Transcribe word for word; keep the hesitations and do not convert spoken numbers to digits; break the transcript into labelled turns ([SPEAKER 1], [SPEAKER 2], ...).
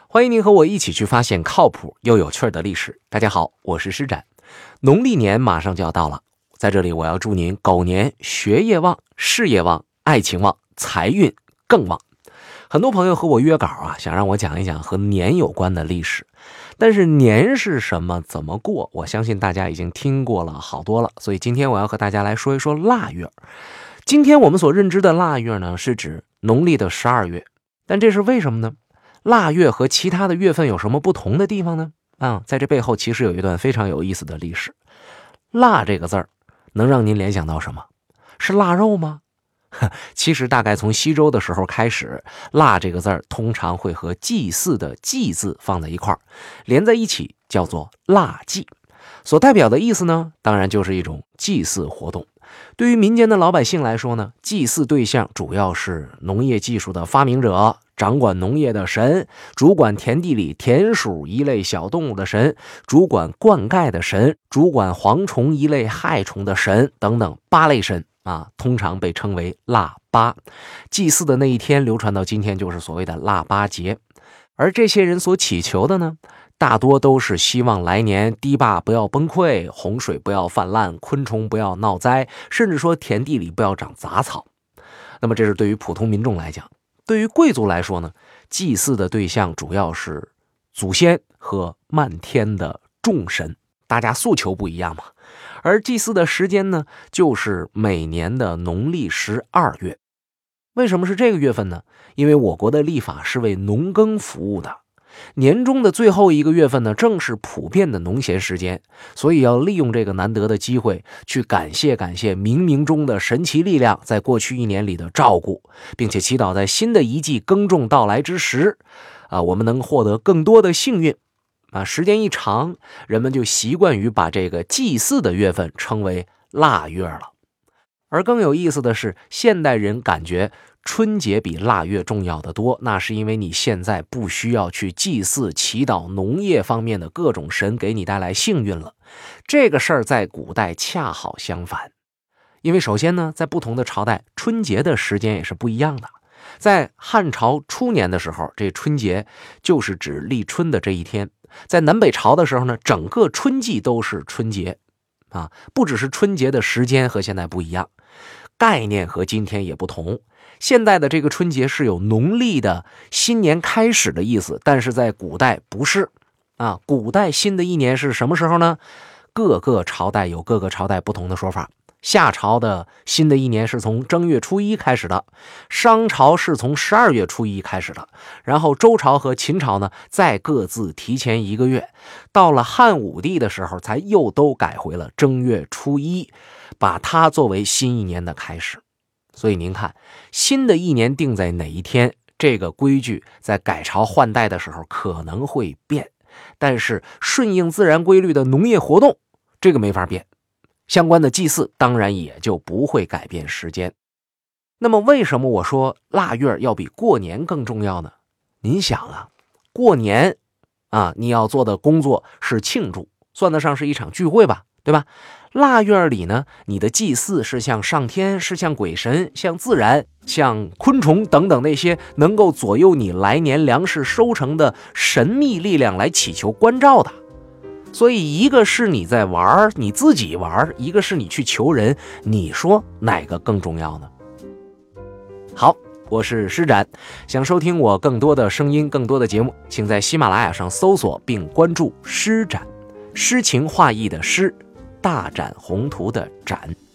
[SPEAKER 1] 欢迎您和我一起去发现靠谱又有趣的历史。大家好，我是施展。农历年马上就要到了，在这里我要祝您狗年学业旺、事业旺、爱情旺、财运更旺。很多朋友和我约稿啊，想让我讲一讲和年有关的历史，但是年是什么，怎么过，我相信大家已经听过了好多了，所以今天我要和大家来说一说腊月。今天我们所认知的腊月呢，是指农历的十二月，但这是为什么呢？腊月和其他的月份有什么不同的地方呢？啊，在这背后其实有一段非常有意思的历史。腊这个字儿能让您联想到什么？是腊肉吗？其实大概从西周的时候开始，腊这个字儿通常会和祭祀的祭字放在一块儿，连在一起叫做腊祭。所代表的意思呢，当然就是一种祭祀活动。对于民间的老百姓来说呢，祭祀对象主要是农业技术的发明者、掌管农业的神、主管田地里田鼠一类小动物的神、主管灌溉的神、主管蝗虫一类害虫的神等等八类神啊，通常被称为腊八。祭祀的那一天流传到今天就是所谓的腊八节。而这些人所祈求的呢，大多都是希望来年堤坝不要崩溃，洪水不要泛滥，昆虫不要闹灾，甚至说田地里不要长杂草。那么这是对于普通民众来讲。对于贵族来说呢，祭祀的对象主要是祖先和漫天的众神，大家诉求不一样嘛。而祭祀的时间呢，就是每年的农历十二月。为什么是这个月份呢？因为我国的历法是为农耕服务的，年中的最后一个月份呢，正是普遍的农闲时间，所以要利用这个难得的机会，去感谢感谢冥冥中的神奇力量在过去一年里的照顾，并且祈祷在新的一季耕种到来之时，啊，我们能获得更多的幸运。啊，时间一长，人们就习惯于把这个祭祀的月份称为腊月了。而更有意思的是，现代人感觉春节比腊月重要的多，那是因为你现在不需要去祭祀祈祷农业方面的各种神给你带来幸运了。这个事儿在古代恰好相反，因为首先呢，在不同的朝代，春节的时间也是不一样的。在汉朝初年的时候，这春节就是指立春的这一天。在南北朝的时候呢，整个春季都是春节啊，不只是春节的时间和现在不一样，概念和今天也不同。现代的这个春节是有农历的新年开始的意思，但是在古代不是啊。古代新的一年是什么时候呢？各个朝代有各个朝代不同的说法。夏朝的新的一年是从正月初一开始的，商朝是从十二月初一开始的，然后周朝和秦朝呢再各自提前一个月，到了汉武帝的时候才又都改回了正月初一，把它作为新一年的开始。所以您看，新的一年定在哪一天，这个规矩在改朝换代的时候可能会变，但是顺应自然规律的农业活动，这个没法变。相关的祭祀当然也就不会改变时间。那么为什么我说腊月要比过年更重要呢？您想啊，过年啊，你要做的工作是庆祝，算得上是一场聚会吧，对吧？腊月里呢，你的祭祀是向上天，是向鬼神，向自然，向昆虫等等那些能够左右你来年粮食收成的神秘力量来祈求关照的。所以一个是你在玩，你自己玩，一个是你去求人，你说哪个更重要呢？好，我是施展，想收听我更多的声音，更多的节目，请在喜马拉雅上搜索并关注施展，诗情画意的诗，大展宏图的展。